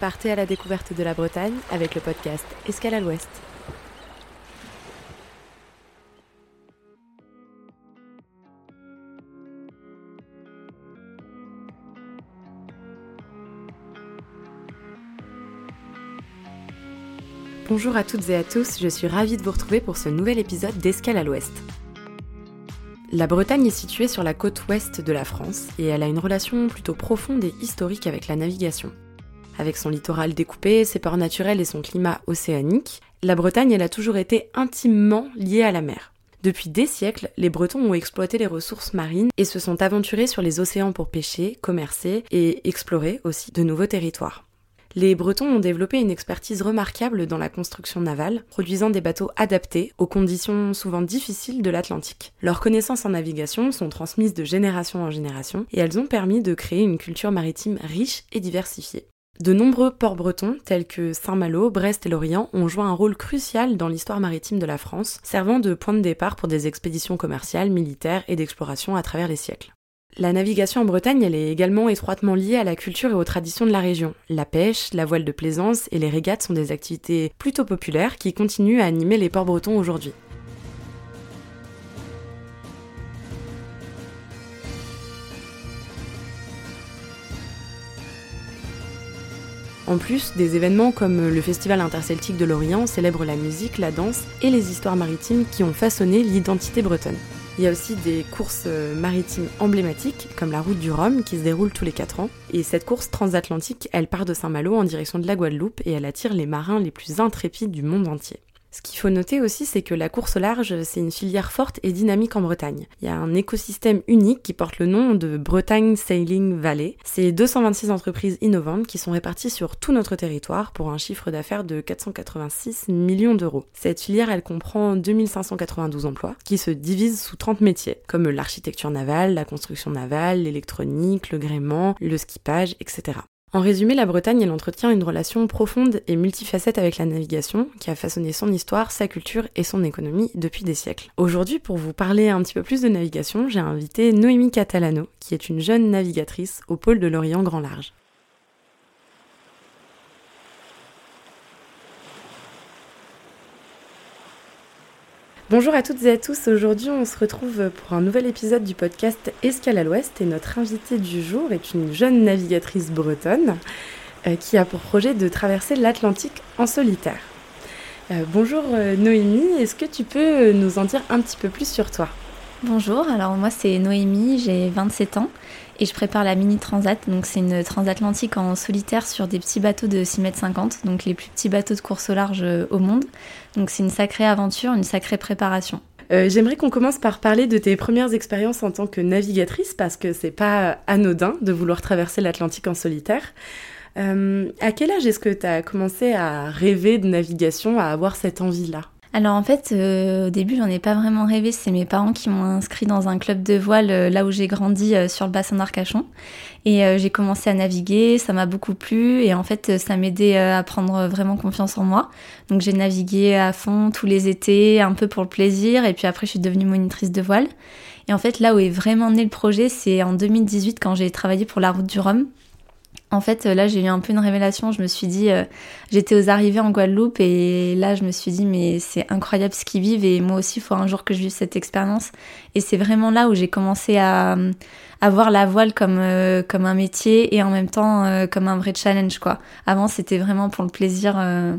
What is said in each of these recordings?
Partez à la découverte de la Bretagne avec le podcast Escale à l'Ouest. Bonjour à toutes et à tous, je suis ravie de vous retrouver pour ce nouvel épisode d'Escale à l'Ouest. La Bretagne est située sur la côte ouest de la France et elle a une relation plutôt profonde et historique avec la navigation. Avec son littoral découpé, ses ports naturels et son climat océanique, la Bretagne elle a toujours été intimement liée à la mer. Depuis des siècles, les Bretons ont exploité les ressources marines et se sont aventurés sur les océans pour pêcher, commercer et explorer aussi de nouveaux territoires. Les Bretons ont développé une expertise remarquable dans la construction navale, produisant des bateaux adaptés aux conditions souvent difficiles de l'Atlantique. Leurs connaissances en navigation sont transmises de génération en génération et elles ont permis de créer une culture maritime riche et diversifiée. De nombreux ports bretons, tels que Saint-Malo, Brest et Lorient, ont joué un rôle crucial dans l'histoire maritime de la France, servant de point de départ pour des expéditions commerciales, militaires et d'exploration à travers les siècles. La navigation en Bretagne, elle est également étroitement liée à la culture et aux traditions de la région. La pêche, la voile de plaisance et les régates sont des activités plutôt populaires qui continuent à animer les ports bretons aujourd'hui. En plus, des événements comme le Festival interceltique de Lorient célèbrent la musique, la danse et les histoires maritimes qui ont façonné l'identité bretonne. Il y a aussi des courses maritimes emblématiques, comme la route du Rhum, qui se déroule tous les 4 ans. Et cette course transatlantique, elle part de Saint-Malo en direction de la Guadeloupe et elle attire les marins les plus intrépides du monde entier. Ce qu'il faut noter aussi, c'est que la course au large, c'est une filière forte et dynamique en Bretagne. Il y a un écosystème unique qui porte le nom de Bretagne Sailing Valley. C'est 226 entreprises innovantes qui sont réparties sur tout notre territoire pour un chiffre d'affaires de 486 millions d'euros. Cette filière, elle comprend 2592 emplois qui se divisent sous 30 métiers, comme l'architecture navale, la construction navale, l'électronique, le gréement, le skippage, etc. En résumé, la Bretagne, elle entretient une relation profonde et multifacette avec la navigation, qui a façonné son histoire, sa culture et son économie depuis des siècles. Aujourd'hui, pour vous parler un petit peu plus de navigation, j'ai invité Noémie Catalano, qui est une jeune navigatrice au pôle de l'Orient Grand Large. Bonjour à toutes et à tous, aujourd'hui on se retrouve pour un nouvel épisode du podcast Escale à l'Ouest et notre invitée du jour est une jeune navigatrice bretonne qui a pour projet de traverser l'Atlantique en solitaire. Bonjour Noémie, est-ce que tu peux nous en dire un petit peu plus sur toi ? Bonjour, alors moi c'est Noémie, j'ai 27 ans et je prépare la Mini Transat, donc c'est une transatlantique en solitaire sur des petits bateaux de 6,50 m, donc les plus petits bateaux de course au large au monde. Donc c'est une sacrée aventure, une sacrée préparation. J'aimerais qu'on commence par parler de tes premières expériences en tant que navigatrice parce que c'est pas anodin de vouloir traverser l'Atlantique en solitaire. À quel âge est-ce que tu as commencé à rêver de navigation, à avoir cette envie-là ? Alors en fait, au début, j'en ai pas vraiment rêvé. C'est mes parents qui m'ont inscrit dans un club de voile là où j'ai grandi sur le bassin d'Arcachon. Et j'ai commencé à naviguer, ça m'a beaucoup plu et en fait, ça m'aidait à prendre vraiment confiance en moi. Donc j'ai navigué à fond tous les étés, un peu pour le plaisir et puis après, je suis devenue monitrice de voile. Et en fait, là où est vraiment né le projet, c'est en 2018 quand j'ai travaillé pour la route du Rhum. En fait, là, j'ai eu un peu une révélation. Je me suis dit, j'étais aux arrivées en Guadeloupe et là, je me suis dit, mais c'est incroyable ce qu'ils vivent et moi aussi, il faut un jour que je vive cette expérience. Et c'est vraiment là où j'ai commencé à voir la voile comme un métier et en même temps comme un vrai challenge, quoi. Avant, c'était vraiment pour le plaisir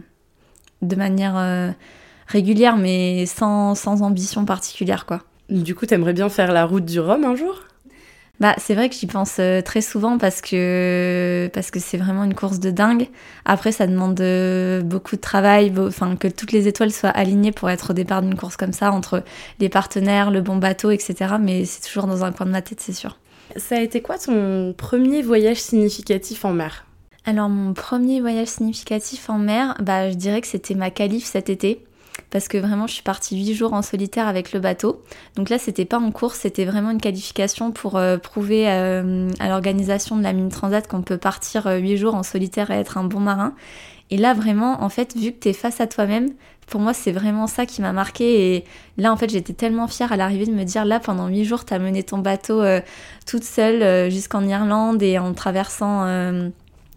de manière régulière, mais sans ambition particulière, quoi. Du coup, t'aimerais bien faire la route du Rhum un jour ? Bah, c'est vrai que j'y pense très souvent parce que c'est vraiment une course de dingue. Après, ça demande beaucoup de travail, que toutes les étoiles soient alignées pour être au départ d'une course comme ça, entre les partenaires, le bon bateau, etc. Mais c'est toujours dans un coin de ma tête, c'est sûr. Ça a été quoi ton premier voyage significatif en mer ? Alors, mon premier voyage significatif en mer, je dirais que c'était ma qualif cet été. Parce que vraiment, je suis partie 8 jours en solitaire avec le bateau. Donc là, c'était pas en course, c'était vraiment une qualification pour prouver à l'organisation de la Mini Transat qu'on peut partir 8 jours en solitaire et être un bon marin. Et là, vraiment, en fait, vu que t'es face à toi-même, pour moi, c'est vraiment ça qui m'a marquée. Et là, en fait, j'étais tellement fière à l'arrivée de me dire, là, pendant 8 jours, t'as mené ton bateau toute seule jusqu'en Irlande et en traversant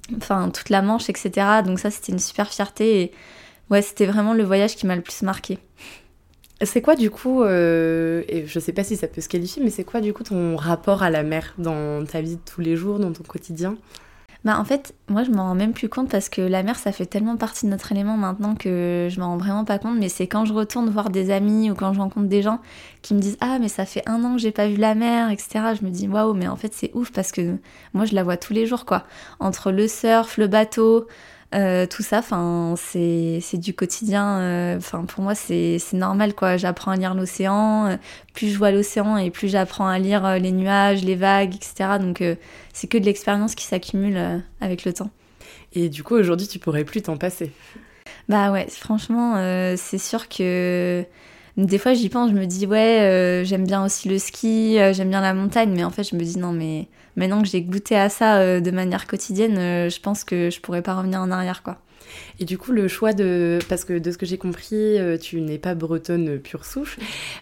enfin toute la Manche, etc. Donc ça, c'était une super fierté. Et ouais, c'était vraiment le voyage qui m'a le plus marqué. C'est quoi du coup, et je sais pas si ça peut se qualifier, mais c'est quoi du coup ton rapport à la mer dans ta vie de tous les jours, dans ton quotidien ? Bah en fait, moi je m'en rends même plus compte parce que la mer ça fait tellement partie de notre élément maintenant que je m'en rends vraiment pas compte, mais c'est quand je retourne voir des amis ou quand je rencontre des gens qui me disent ah mais ça fait 1 an que j'ai pas vu la mer, etc. Je me dis waouh, mais en fait c'est ouf parce que moi je la vois tous les jours quoi. Entre le surf, le bateau, tout ça, enfin c'est du quotidien. Enfin pour moi c'est normal quoi. J'apprends à lire l'océan. Plus je vois l'océan et plus j'apprends à lire les nuages, les vagues, etc. Donc c'est que de l'expérience qui s'accumule avec le temps. Et du coup aujourd'hui tu pourrais plus t'en passer. Bah ouais, franchement c'est sûr que des fois j'y pense, je me dis ouais j'aime bien aussi le ski, j'aime bien la montagne, mais en fait je me dis non mais maintenant que j'ai goûté à ça de manière quotidienne, je pense que je pourrais pas revenir en arrière quoi. Et du coup le choix parce que de ce que j'ai compris, tu n'es pas bretonne pure souche,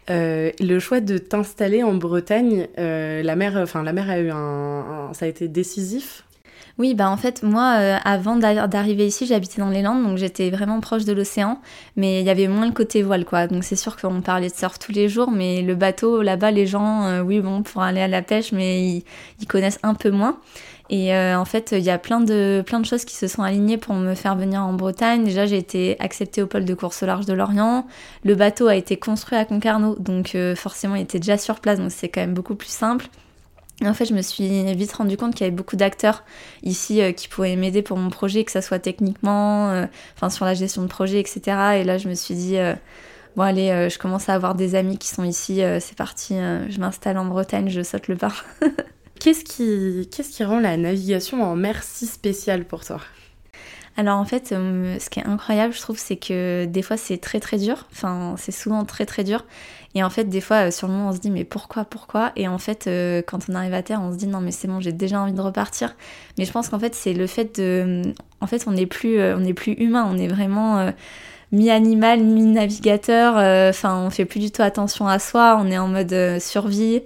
le choix de t'installer en Bretagne, la mer a eu ça a été décisif. Oui, bah en fait, moi, avant d'arriver ici, j'habitais dans les Landes, donc j'étais vraiment proche de l'océan, mais il y avait moins le côté voile, quoi. Donc c'est sûr qu'on parlait de surf tous les jours, mais le bateau, là-bas, les gens, oui, bon, pour aller à la pêche, mais ils connaissent un peu moins. Et en fait, il y a plein de choses qui se sont alignées pour me faire venir en Bretagne. Déjà, j'ai été acceptée au pôle de course au large de Lorient. Le bateau a été construit à Concarneau, donc forcément, il était déjà sur place, donc c'est quand même beaucoup plus simple. Et en fait, je me suis vite rendu compte qu'il y avait beaucoup d'acteurs ici qui pourraient m'aider pour mon projet, que ça soit techniquement, sur la gestion de projet, etc. Et là, je me suis dit, bon allez, je commence à avoir des amis qui sont ici, c'est parti, je m'installe en Bretagne, je saute le pas. Qu'est-ce qui rend la navigation en mer si spéciale pour toi ? Alors en fait, ce qui est incroyable, je trouve, c'est que des fois c'est très très dur. Enfin, c'est souvent très très dur. Et en fait, des fois, sur le moment, on se dit mais pourquoi ? Et en fait, quand on arrive à terre, on se dit non mais c'est bon, j'ai déjà envie de repartir. Mais je pense qu'en fait, c'est le fait de... En fait, on n'est plus humain, on est vraiment... mi-animal, mi-navigateur. On fait plus du tout attention à soi, on est en mode survie.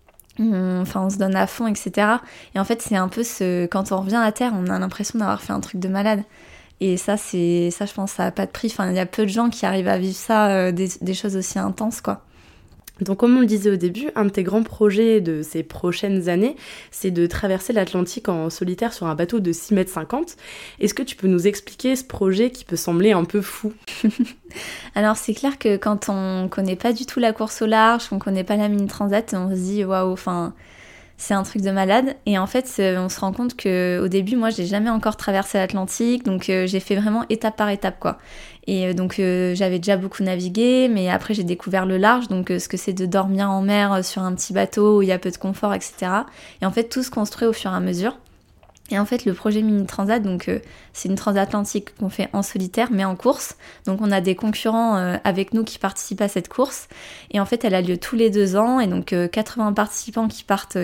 On se donne à fond, etc. Et en fait, c'est un peu quand on revient à terre, on a l'impression d'avoir fait un truc de malade. Et ça, je pense, ça n'a pas de prix. Enfin, il y a peu de gens qui arrivent à vivre ça, des choses aussi intenses, quoi. Donc, comme on le disait au début, un de tes grands projets de ces prochaines années, c'est de traverser l'Atlantique en solitaire sur un bateau de 6,50 m. Est-ce que tu peux nous expliquer ce projet qui peut sembler un peu fou ? Alors, c'est clair que quand on connaît pas du tout la course au large, qu'on connaît pas la mini transat, on se dit waouh, c'est un truc de malade. Et en fait, on se rend compte qu'au début, moi, j'ai jamais encore traversé l'Atlantique, donc j'ai fait vraiment étape par étape, quoi. Et donc j'avais déjà beaucoup navigué, mais après j'ai découvert le large, donc ce que c'est de dormir en mer sur un petit bateau où il y a peu de confort, etc. Et en fait, tout se construit au fur et à mesure. Et en fait, le projet Mini Transat, donc c'est une transatlantique qu'on fait en solitaire, mais en course. Donc on a des concurrents avec nous qui participent à cette course. Et en fait, elle a lieu tous les 2 ans. Et donc 90 participants qui partent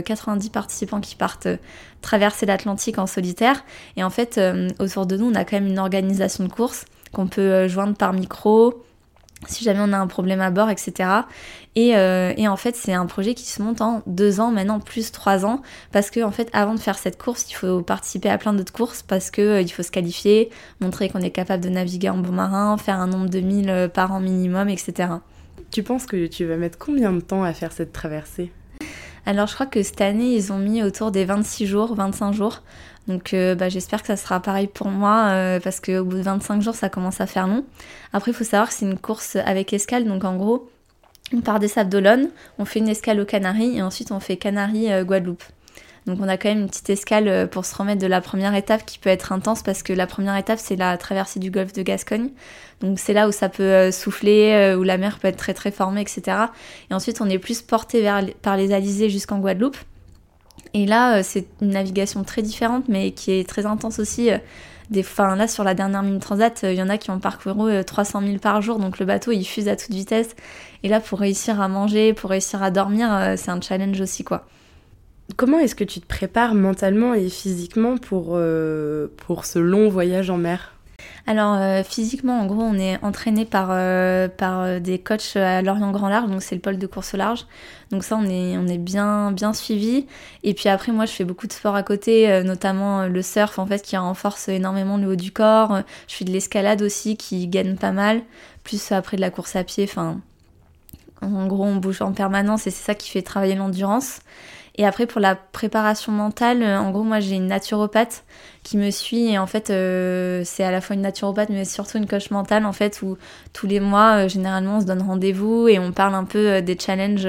traverser l'Atlantique en solitaire. Et en fait, autour de nous, on a quand même une organisation de course qu'on peut joindre par micro, si jamais on a un problème à bord, etc. Et en fait, c'est un projet qui se monte en 2 ans, maintenant plus 3 ans, parce que en fait, avant de faire cette course, il faut participer à plein d'autres courses, parce que il faut se qualifier, montrer qu'on est capable de naviguer en bon marin, faire un nombre de milles par an minimum, etc. Tu penses que tu vas mettre combien de temps à faire cette traversée ? Alors, je crois que cette année, ils ont mis autour des 26 jours, 25 jours. Donc j'espère que ça sera pareil pour moi parce qu'au bout de 25 jours, ça commence à faire long. Après, il faut savoir que c'est une course avec escale. Donc en gros, on part des Sables d'Olonne, on fait une escale aux Canaries et ensuite on fait Canaries-Guadeloupe. Donc on a quand même une petite escale pour se remettre de la première étape qui peut être intense parce que la première étape, c'est la traversée du golfe de Gascogne. Donc c'est là où ça peut souffler, où la mer peut être très très formée, etc. Et ensuite, on est plus porté par les alizés jusqu'en Guadeloupe. Et là, c'est une navigation très différente, mais qui est très intense aussi. Là, sur la dernière Mini Transat, il y en a qui ont parcouru 300 000 par jour, donc le bateau, il fuse à toute vitesse. Et là, pour réussir à manger, pour réussir à dormir, c'est un challenge aussi, quoi. Comment est-ce que tu te prépares mentalement et physiquement pour ce long voyage en mer ? Alors physiquement, en gros, on est entraîné par des coachs à Lorient Grand Large, donc c'est le pôle de course au large. Donc ça, on est bien suivi. Et puis après, moi, je fais beaucoup de sport à côté, notamment le surf, en fait, qui renforce énormément le haut du corps. Je fais de l'escalade aussi, qui gagne pas mal. Plus après de la course à pied. Enfin, en gros, on bouge en permanence et c'est ça qui fait travailler l'endurance. Et après, pour la préparation mentale, en gros, moi, j'ai une naturopathe qui me suit. Et en fait, c'est à la fois une naturopathe, mais surtout une coach mentale, en fait, où tous les mois, généralement, on se donne rendez-vous et on parle un peu des challenges,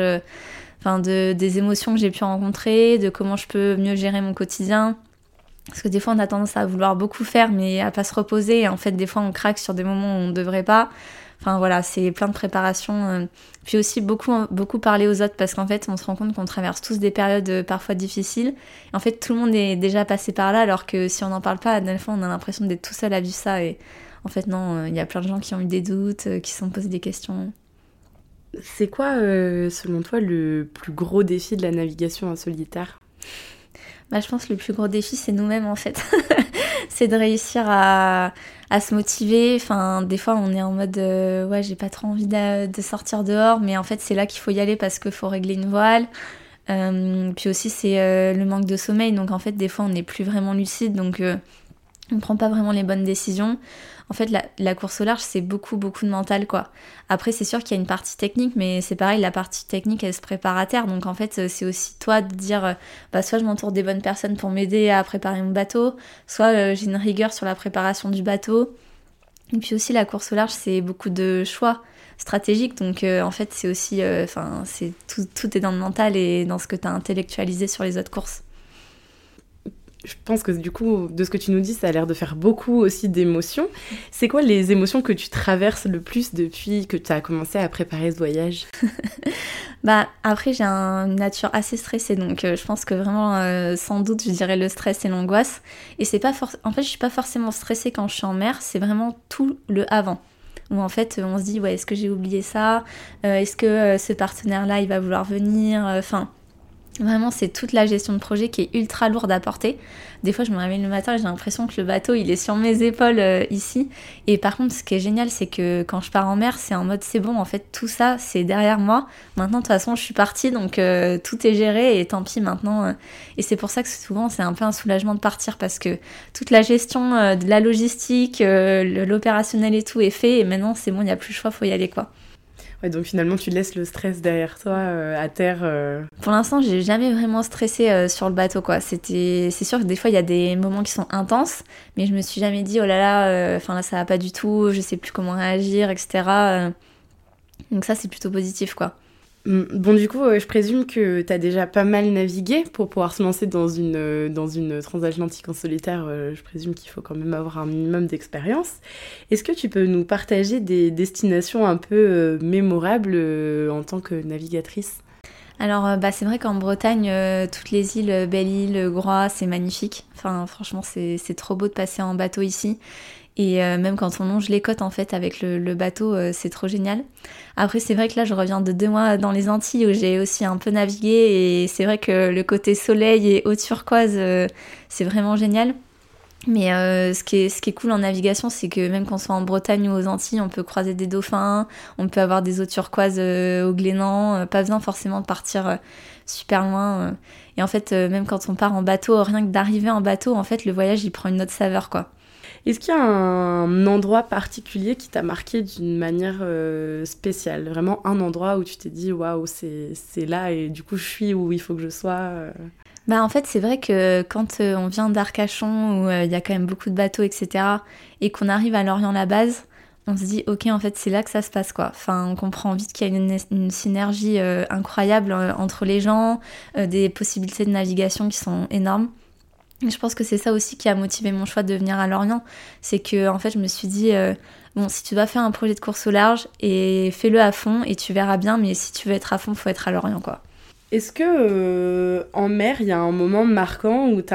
des émotions que j'ai pu rencontrer, de comment je peux mieux gérer mon quotidien. Parce que des fois, on a tendance à vouloir beaucoup faire, mais à pas se reposer. Et en fait, des fois, on craque sur des moments où on ne devrait pas. Enfin voilà, c'est plein de préparation. Puis aussi beaucoup parler aux autres parce qu'en fait, on se rend compte qu'on traverse tous des périodes parfois difficiles. En fait, tout le monde est déjà passé par là, alors que si on n'en parle pas, à fois, on a l'impression d'être tout seul à vivre ça. Et en fait, non, il y a plein de gens qui ont eu des doutes, qui se sont posés des questions. C'est quoi, selon toi, le plus gros défi de la navigation en solitaire ? Je pense que le plus gros défi, c'est nous-mêmes, en fait. C'est de réussir à se motiver. Enfin, des fois, on est en mode j'ai pas trop envie de sortir dehors, mais en fait, c'est là qu'il faut y aller parce qu'il faut régler une voile. Puis aussi, c'est le manque de sommeil. Donc, en fait, des fois, on n'est plus vraiment lucide, donc on prend pas vraiment les bonnes décisions. En fait, la course au large, c'est beaucoup de mental, quoi. Après, c'est sûr qu'il y a une partie technique, mais c'est pareil, la partie technique, elle se prépare à terre. Donc, en fait, c'est aussi toi de dire, soit je m'entoure des bonnes personnes pour m'aider à préparer mon bateau, soit j'ai une rigueur sur la préparation du bateau. Et puis aussi, la course au large, c'est beaucoup de choix stratégiques. Donc, en fait, c'est aussi, c'est tout est dans le mental et dans ce que tu as intellectualisé sur les autres courses. Je pense que du coup, de ce que tu nous dis, ça a l'air de faire beaucoup aussi d'émotions. C'est quoi les émotions que tu traverses le plus depuis que tu as commencé à préparer ce voyage ? Après, j'ai une nature assez stressée, donc je pense que vraiment, sans doute, je dirais le stress et l'angoisse. Et c'est pas en fait, je suis pas forcément stressée quand je suis en mer, c'est vraiment tout le avant. Où en fait, on se dit, ouais, est-ce que j'ai oublié ça ? Est-ce que ce partenaire-là, il va vouloir venir ? Vraiment, c'est toute la gestion de projet qui est ultra lourde à porter. Des fois, je me réveille le matin et j'ai l'impression que le bateau, il est sur mes épaules ici. Et par contre, ce qui est génial, c'est que quand je pars en mer, c'est en mode c'est bon, en fait, tout ça, c'est derrière moi. Maintenant, de toute façon, je suis partie, donc tout est géré et tant pis maintenant. Et c'est pour ça que souvent, c'est un peu un soulagement de partir parce que toute la gestion de la logistique, l'opérationnel et tout est fait. Et maintenant, c'est bon, il n'y a plus le choix, faut y aller, quoi. Ouais, donc finalement, tu laisses le stress derrière toi, à terre. Pour l'instant, j'ai jamais vraiment stressé sur le bateau, quoi. C'est sûr que des fois, il y a des moments qui sont intenses, mais je me suis jamais dit, oh là là, là, ça va pas du tout, je sais plus comment réagir, etc. Donc ça, c'est plutôt positif, quoi. Bon, du coup, je présume que t'as déjà pas mal navigué pour pouvoir se lancer dans une transatlantique en solitaire. Je présume qu'il faut quand même avoir un minimum d'expérience. Est-ce que tu peux nous partager des destinations un peu mémorables en tant que navigatrice ? Alors, c'est vrai qu'en Bretagne, toutes les îles, Belle-Île, Groix, c'est magnifique. Enfin, franchement, c'est trop beau de passer en bateau ici. Et même quand on longe les côtes en fait avec le bateau, c'est trop génial. Après c'est vrai que là je reviens de 2 mois dans les Antilles où j'ai aussi un peu navigué et c'est vrai que le côté soleil et eau turquoise c'est vraiment génial. Mais ce qui est cool en navigation, c'est que même qu'on soit en Bretagne ou aux Antilles, on peut croiser des dauphins, on peut avoir des eaux turquoises au Glénan, pas besoin forcément de partir super loin. Et en fait, même quand on part en bateau, rien que d'arriver en bateau, en fait, le voyage il prend une autre saveur, quoi. Est-ce qu'il y a un endroit particulier qui t'a marqué d'une manière spéciale ? Vraiment un endroit où tu t'es dit « Waouh, c'est là et du coup je suis où il faut que je sois ». En fait, c'est vrai que quand on vient d'Arcachon, où il y a quand même beaucoup de bateaux, etc., et qu'on arrive à Lorient-la-Base, on se dit « Ok, en fait, c'est là que ça se passe, quoi ». Enfin, on comprend vite qu'il y a une synergie incroyable entre les gens, des possibilités de navigation qui sont énormes. Je pense que c'est ça aussi qui a motivé mon choix de venir à Lorient. C'est que, en fait, je me suis dit, si tu dois faire un projet de course au large, et fais-le à fond et tu verras bien, mais si tu veux être à fond, faut être à Lorient, quoi. Est-ce que en mer, il y a un moment marquant qui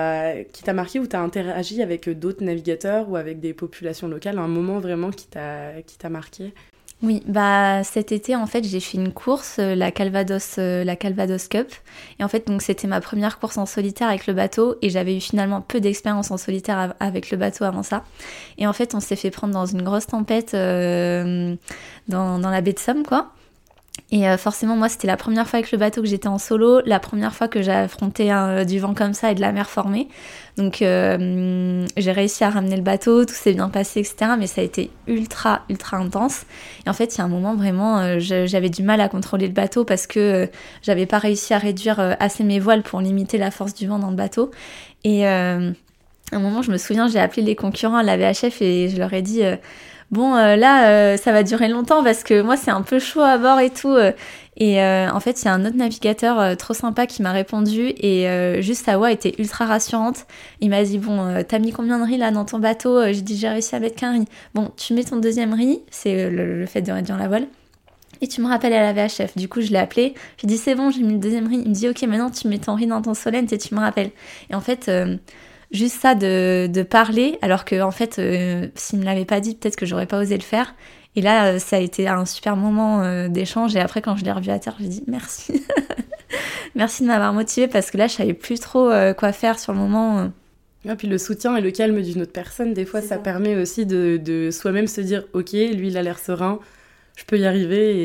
t'a marqué, où t'as interagi avec d'autres navigateurs ou avec des populations locales, un moment vraiment qui t'a marqué ? Oui, bah cet été en fait j'ai fait une course, la Calvados Cup, et en fait donc c'était ma première course en solitaire avec le bateau et j'avais eu finalement peu d'expérience en solitaire avec le bateau avant ça. Et en fait on s'est fait prendre dans une grosse tempête dans la baie de Somme quoi. Et forcément, moi, c'était la première fois avec le bateau que j'étais en solo, la première fois que j'ai affronté du vent comme ça et de la mer formée. Donc, j'ai réussi à ramener le bateau, tout s'est bien passé, etc. Mais ça a été ultra, ultra intense. Et en fait, il y a un moment, vraiment, j'avais du mal à contrôler le bateau parce que j'avais pas réussi à réduire assez mes voiles pour limiter la force du vent dans le bateau. Et à un moment, je me souviens, j'ai appelé les concurrents à la VHF et je leur ai dit... Bon, là, ça va durer longtemps parce que moi, c'est un peu chaud à bord et tout. Et en fait, il y a un autre navigateur trop sympa qui m'a répondu et juste sa voix était ultra rassurante. Il m'a dit, bon, t'as mis combien de riz là dans ton bateau? J'ai dit, j'ai réussi à mettre qu'un riz. Bon, tu mets ton deuxième riz, c'est le fait de réduire la voile. Et tu me rappelles à la VHF. Du coup, je l'ai appelé. J'ai dit, c'est bon, j'ai mis le deuxième riz. Il me dit, ok, maintenant tu mets ton riz dans ton solent et tu me rappelles. Et en fait... juste ça de parler, alors que en fait, s'il me l'avait pas dit, peut-être que j'aurais pas osé le faire. Et là, ça a été un super moment d'échange. Et après, quand je l'ai revu à terre, j'ai dit merci. Merci de m'avoir motivée parce que là, je savais plus trop quoi faire sur le moment. Et puis le soutien et le calme d'une autre personne, des fois, ça permet aussi de soi-même se dire « Ok, lui, il a l'air serein, je peux y arriver »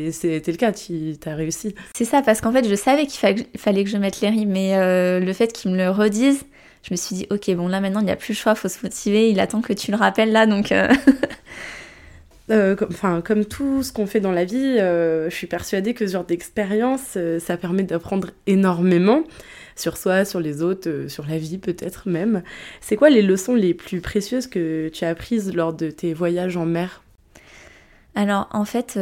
et c'était le cas, t'as réussi. C'est ça, parce qu'en fait, je savais qu'il fallait que je mette les rimes, mais le fait qu'ils me le redisent, je me suis dit, ok, bon là maintenant il n'y a plus le choix, faut se motiver, il attend que tu le rappelles là, donc... Comme tout ce qu'on fait dans la vie, je suis persuadée que ce genre d'expérience, ça permet d'apprendre énormément sur soi, sur les autres, sur la vie peut-être même. C'est quoi les leçons les plus précieuses que tu as apprises lors de tes voyages en mer ? Alors en fait...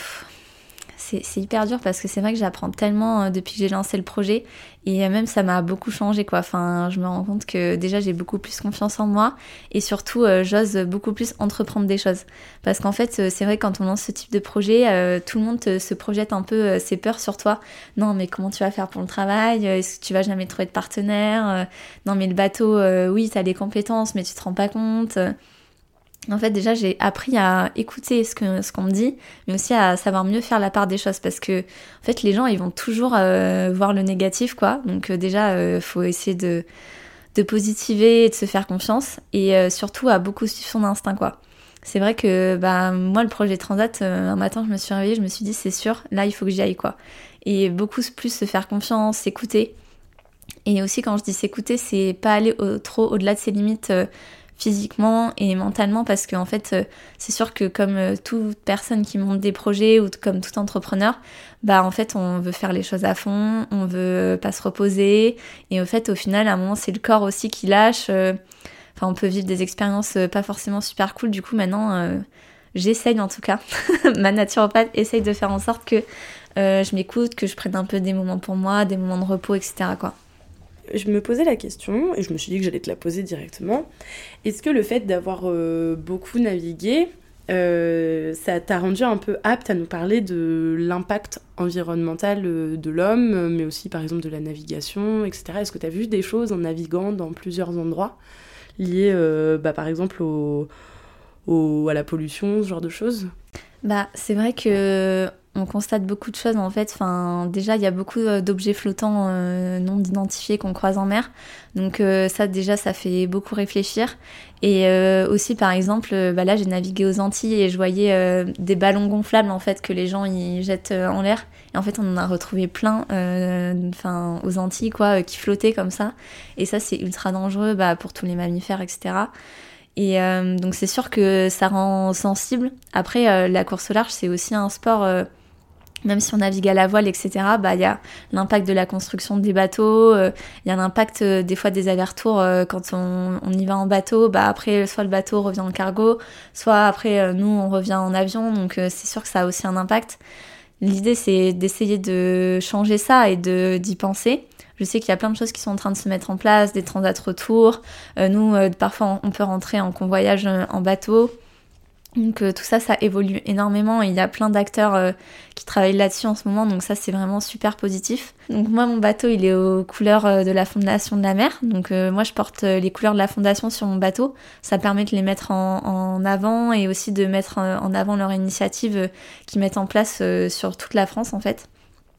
c'est hyper dur parce que c'est vrai que j'apprends tellement depuis que j'ai lancé le projet et même ça m'a beaucoup changé quoi. Enfin, je me rends compte que déjà j'ai beaucoup plus confiance en moi et surtout j'ose beaucoup plus entreprendre des choses. Parce qu'en fait c'est vrai que quand on lance ce type de projet, tout le monde se projette un peu ses peurs sur toi. Non mais comment tu vas faire pour le travail? Est-ce que tu vas jamais trouver de partenaire? Non mais le bateau, oui t'as les compétences mais tu te rends pas compte. En fait, déjà, j'ai appris à écouter ce qu'on me dit, mais aussi à savoir mieux faire la part des choses, parce que, en fait, les gens, ils vont toujours voir le négatif, quoi. Donc, déjà, faut essayer de positiver et de se faire confiance, et surtout à beaucoup suivre son instinct, quoi. C'est vrai que, moi, le projet Transat, un matin, je me suis réveillée, je me suis dit, c'est sûr, là, il faut que j'y aille, quoi. Et beaucoup plus se faire confiance, s'écouter. Et aussi, quand je dis s'écouter, c'est pas aller trop au-delà de ses limites physiquement et mentalement, parce qu'en fait c'est sûr que comme toute personne qui monte des projets ou comme tout entrepreneur, en fait on veut faire les choses à fond, on veut pas se reposer et au fait au final à un moment c'est le corps aussi qui lâche. On peut vivre des expériences pas forcément super cool. Du coup maintenant j'essaye en tout cas ma naturopathe essaye de faire en sorte que je m'écoute, que je prenne un peu des moments pour moi, des moments de repos, etc. quoi. Je me posais la question, et je me suis dit que j'allais te la poser directement. Est-ce que le fait d'avoir beaucoup navigué, ça t'a rendu un peu apte à nous parler de l'impact environnemental de l'homme, mais aussi par exemple de la navigation, etc. Est-ce que t'as vu des choses en naviguant dans plusieurs endroits liées par exemple à la pollution, ce genre de choses ? C'est vrai que on constate beaucoup de choses en fait. Déjà il y a beaucoup d'objets flottants non identifiés qu'on croise en mer. Donc ça déjà ça fait beaucoup réfléchir. Et aussi par exemple, là j'ai navigué aux Antilles et je voyais des ballons gonflables en fait que les gens ils jettent en l'air. Et en fait on en a retrouvé plein aux Antilles quoi, qui flottaient comme ça. Et ça c'est ultra dangereux pour tous les mammifères, etc. Et donc c'est sûr que ça rend sensible. Après, la course au large, c'est aussi un sport, même si on navigue à la voile, etc., y a l'impact de la construction des bateaux, il y a l'impact des fois des allers-retours quand on y va en bateau. Après, soit le bateau revient en cargo, soit après, nous, on revient en avion. Donc c'est sûr que ça a aussi un impact. L'idée, c'est d'essayer de changer ça et d'y penser. Je sais qu'il y a plein de choses qui sont en train de se mettre en place, des transats retour. Nous, parfois, on peut rentrer en convoyage en bateau. Donc tout ça, ça évolue énormément et il y a plein d'acteurs qui travaillent là-dessus en ce moment, donc ça c'est vraiment super positif. Donc moi mon bateau il est aux couleurs de la Fondation de la Mer, donc moi je porte les couleurs de la Fondation sur mon bateau, ça permet de les mettre en avant et aussi de mettre en avant leur initiative qu'ils mettent en place sur toute la France en fait.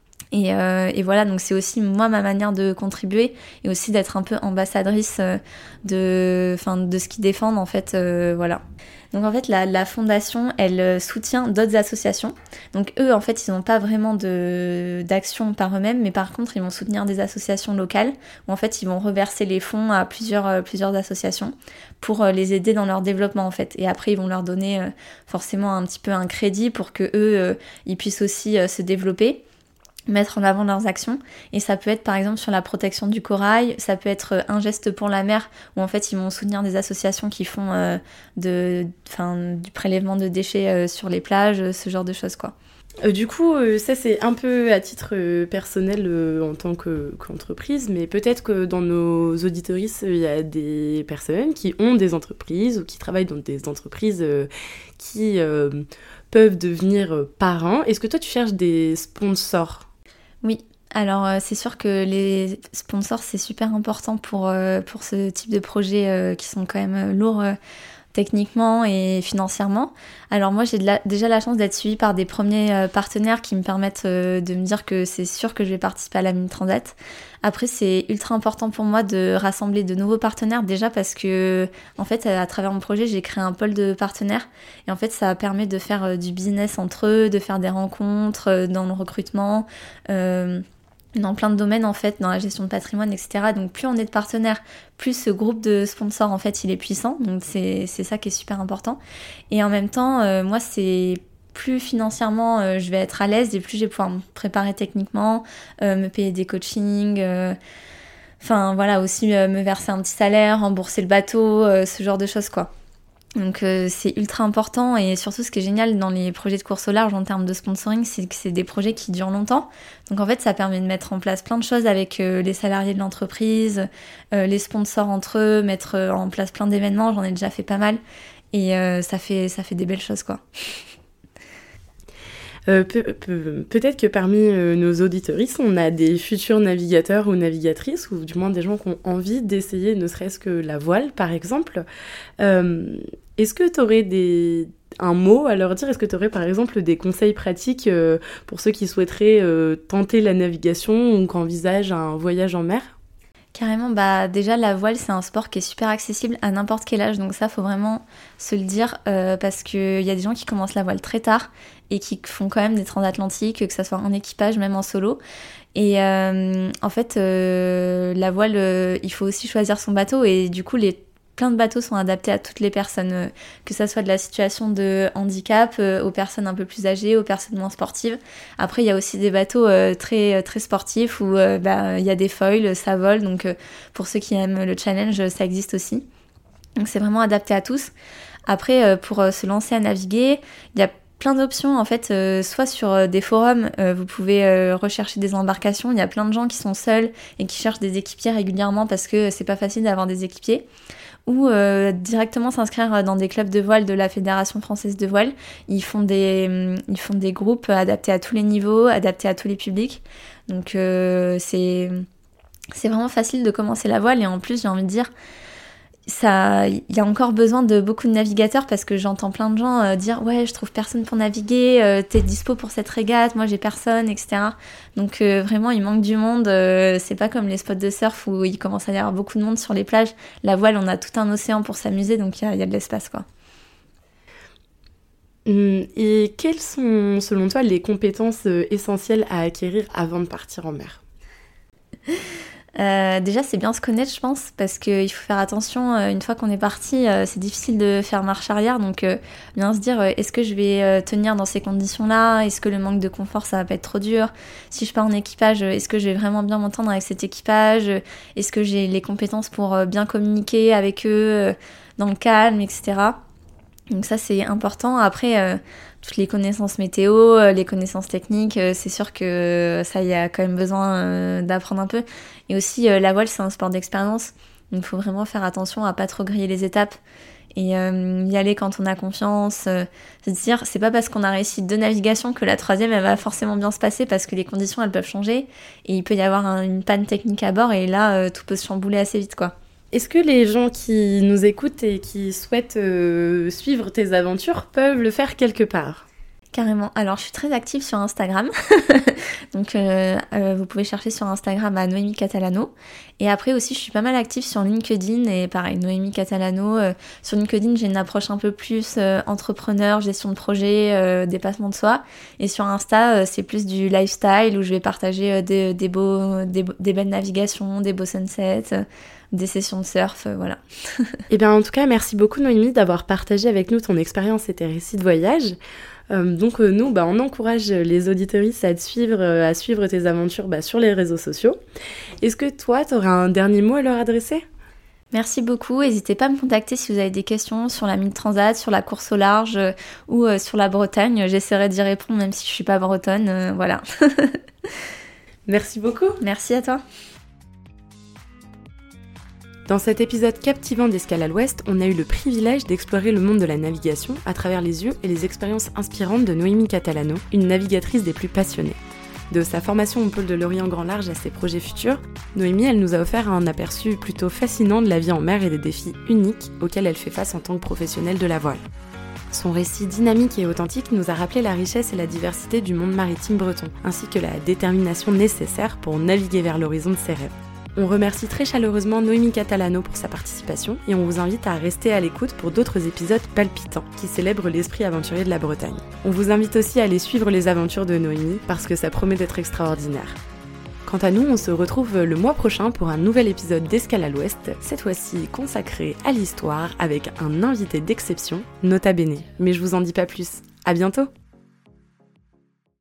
Et voilà, donc c'est aussi moi ma manière de contribuer et aussi d'être un peu ambassadrice de ce qu'ils défendent en fait, voilà. Donc en fait la fondation elle soutient d'autres associations. Donc eux en fait ils n'ont pas vraiment d'action par eux-mêmes, mais par contre ils vont soutenir des associations locales où en fait ils vont reverser les fonds à plusieurs associations pour les aider dans leur développement en fait. Et après ils vont leur donner forcément un petit peu un crédit pour que eux ils puissent aussi se développer, mettre en avant leurs actions. Et ça peut être par exemple sur la protection du corail, ça peut être un geste pour la mer où en fait ils vont soutenir des associations qui font du prélèvement de déchets sur les plages, ce genre de choses quoi. Du coup, ça c'est un peu à titre personnel en tant qu'entreprise, mais peut-être que dans nos auditoristes, il y a des personnes qui ont des entreprises ou qui travaillent dans des entreprises qui peuvent devenir parrains. Est-ce que toi tu cherches des sponsors ? Oui, alors c'est sûr que les sponsors c'est super important pour ce type de projets qui sont quand même lourds techniquement et financièrement. Alors moi j'ai déjà la chance d'être suivie par des premiers partenaires qui me permettent de me dire que c'est sûr que je vais participer à la Mini Transat. Après c'est ultra important pour moi de rassembler de nouveaux partenaires, déjà parce que en fait à travers mon projet j'ai créé un pôle de partenaires et en fait ça permet de faire du business entre eux, de faire des rencontres dans le recrutement, dans plein de domaines en fait, dans la gestion de patrimoine, etc. Donc plus on est de partenaires, plus ce groupe de sponsors en fait il est puissant, donc c'est ça qui est super important. Et en même temps, moi c'est plus financièrement je vais être à l'aise et plus je vais pouvoir me préparer techniquement, me payer des coachings, enfin voilà, aussi me verser un petit salaire, rembourser le bateau, ce genre de choses quoi. Donc c'est ultra important et surtout ce qui est génial dans les projets de course au large en termes de sponsoring, c'est que c'est des projets qui durent longtemps. Donc en fait ça permet de mettre en place plein de choses avec les salariés de l'entreprise, les sponsors entre eux, mettre en place plein d'événements, j'en ai déjà fait pas mal et ça fait des belles choses quoi. Peut-être que parmi nos auditeuristes, on a des futurs navigateurs ou navigatrices, ou du moins des gens qui ont envie d'essayer ne serait-ce que la voile, par exemple. Est-ce que tu aurais un mot à leur dire ? Est-ce que tu aurais par exemple des conseils pratiques pour ceux qui souhaiteraient tenter la navigation ou qui envisagent un voyage en mer ? Carrément, bah déjà la voile c'est un sport qui est super accessible à n'importe quel âge, donc ça faut vraiment se le dire parce qu'il y a des gens qui commencent la voile très tard et qui font quand même des transatlantiques, que ça soit en équipage, même en solo. Et en fait la voile il faut aussi choisir son bateau et du coup plein de bateaux sont adaptés à toutes les personnes, que ça soit de la situation de handicap aux personnes un peu plus âgées, aux personnes moins sportives. Après, il y a aussi des bateaux très, très sportifs où il y a des foils, ça vole. Donc, pour ceux qui aiment le challenge, ça existe aussi. Donc, c'est vraiment adapté à tous. Après, pour se lancer à naviguer, il y a plein d'options en fait, soit sur des forums, vous pouvez rechercher des embarcations. Il y a plein de gens qui sont seuls et qui cherchent des équipiers régulièrement parce que c'est pas facile d'avoir des équipiers. Ou directement s'inscrire dans des clubs de voile de la Fédération française de voile. Ils font des groupes adaptés à tous les niveaux, adaptés à tous les publics. Donc c'est vraiment facile de commencer la voile et en plus j'ai envie de dire il y a encore besoin de beaucoup de navigateurs parce que j'entends plein de gens dire ouais je trouve personne pour naviguer, t'es dispo pour cette régate, moi j'ai personne, etc. Donc vraiment il manque du monde, c'est pas comme les spots de surf où il commence à y avoir beaucoup de monde sur les plages. La voile on a tout un océan pour s'amuser donc il y a de l'espace quoi. Et quelles sont selon toi les compétences essentielles à acquérir avant de partir en mer ? Déjà c'est bien se connaître je pense parce qu'il faut faire attention une fois qu'on est parti, c'est difficile de faire marche arrière donc bien se dire est-ce que je vais tenir dans ces conditions là, est-ce que le manque de confort ça va pas être trop dur, si je pars en équipage est-ce que je vais vraiment bien m'entendre avec cet équipage, est-ce que j'ai les compétences pour bien communiquer avec eux dans le calme, etc. Donc ça c'est important. Après toutes les connaissances météo, les connaissances techniques, c'est sûr que ça y a quand même besoin d'apprendre un peu. Et aussi la voile c'est un sport d'expérience, donc il faut vraiment faire attention à pas trop griller les étapes et y aller quand on a confiance, se dire c'est pas parce qu'on a réussi 2 navigations que la 3e elle va forcément bien se passer, parce que les conditions elles peuvent changer et il peut y avoir une panne technique à bord et là tout peut se chambouler assez vite quoi. Est-ce que les gens qui nous écoutent et qui souhaitent suivre tes aventures peuvent le faire quelque part ? Carrément. Alors, je suis très active sur Instagram. Donc, vous pouvez chercher sur Instagram à Noémie Catalano. Et après aussi, je suis pas mal active sur LinkedIn. Et pareil, Noémie Catalano. Sur LinkedIn, j'ai une approche un peu plus entrepreneur, gestion de projet, dépassement de soi. Et sur Insta, c'est plus du lifestyle où je vais partager des belles navigations, des beaux sunsets, des sessions de surf, voilà. Eh bien, en tout cas, merci beaucoup Noémie d'avoir partagé avec nous ton expérience et tes récits de voyage. Donc nous, on encourage les auditeuristes à suivre tes aventures sur les réseaux sociaux. Est-ce que toi, tu auras un dernier mot à leur adresser ? Merci beaucoup. N'hésitez pas à me contacter si vous avez des questions sur la Mine Transat, sur la course au large ou sur la Bretagne. J'essaierai d'y répondre même si je suis pas bretonne. Voilà. Merci beaucoup. Merci à toi. Dans cet épisode captivant d'Escale à l'Ouest, on a eu le privilège d'explorer le monde de la navigation à travers les yeux et les expériences inspirantes de Noémie Catalano, une navigatrice des plus passionnées. De sa formation au pôle de l'Orient Grand Large à ses projets futurs, Noémie, elle nous a offert un aperçu plutôt fascinant de la vie en mer et des défis uniques auxquels elle fait face en tant que professionnelle de la voile. Son récit dynamique et authentique nous a rappelé la richesse et la diversité du monde maritime breton, ainsi que la détermination nécessaire pour naviguer vers l'horizon de ses rêves. On remercie très chaleureusement Noémie Catalano pour sa participation et on vous invite à rester à l'écoute pour d'autres épisodes palpitants qui célèbrent l'esprit aventurier de la Bretagne. On vous invite aussi à aller suivre les aventures de Noémie parce que ça promet d'être extraordinaire. Quant à nous, on se retrouve le mois prochain pour un nouvel épisode d'Escale à l'Ouest, cette fois-ci consacré à l'histoire avec un invité d'exception, nota bene. Mais je vous en dis pas plus. À bientôt!